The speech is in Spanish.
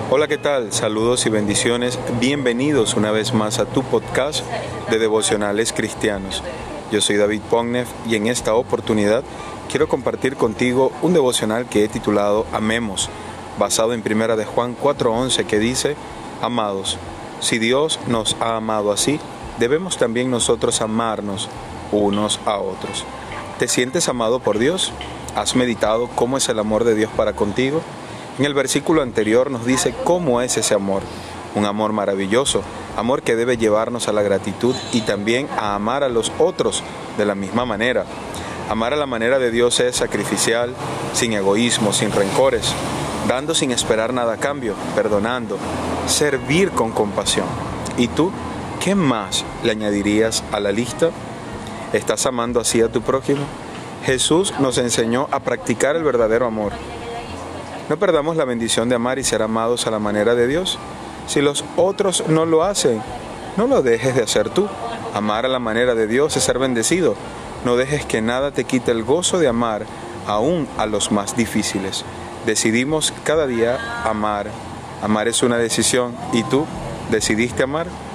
Hola, ¿qué tal? Saludos y bendiciones. Bienvenidos una vez más a tu podcast de devocionales cristianos. Yo soy David Pognev y en esta oportunidad quiero compartir contigo un devocional que he titulado Amemos, basado en 1 de Juan 4:11, que dice: Amados, si Dios nos ha amado así, debemos también nosotros amarnos unos a otros. ¿Te sientes amado por Dios? ¿Has meditado cómo es el amor de Dios para contigo? En el versículo anterior nos dice cómo es ese amor, un amor maravilloso, amor que debe llevarnos a la gratitud y también a amar a los otros de la misma manera. Amar a la manera de Dios es sacrificial, sin egoísmo, sin rencores, dando sin esperar nada a cambio, perdonando, servir con compasión. ¿Y tú, qué más le añadirías a la lista? ¿Estás amando así a tu prójimo? Jesús nos enseñó a practicar el verdadero amor. No perdamos la bendición de amar y ser amados a la manera de Dios. Si los otros no lo hacen, no lo dejes de hacer tú. Amar a la manera de Dios es ser bendecido. No dejes que nada te quite el gozo de amar, aún a los más difíciles. Decidimos cada día amar. Amar es una decisión. ¿Y tú decidiste amar?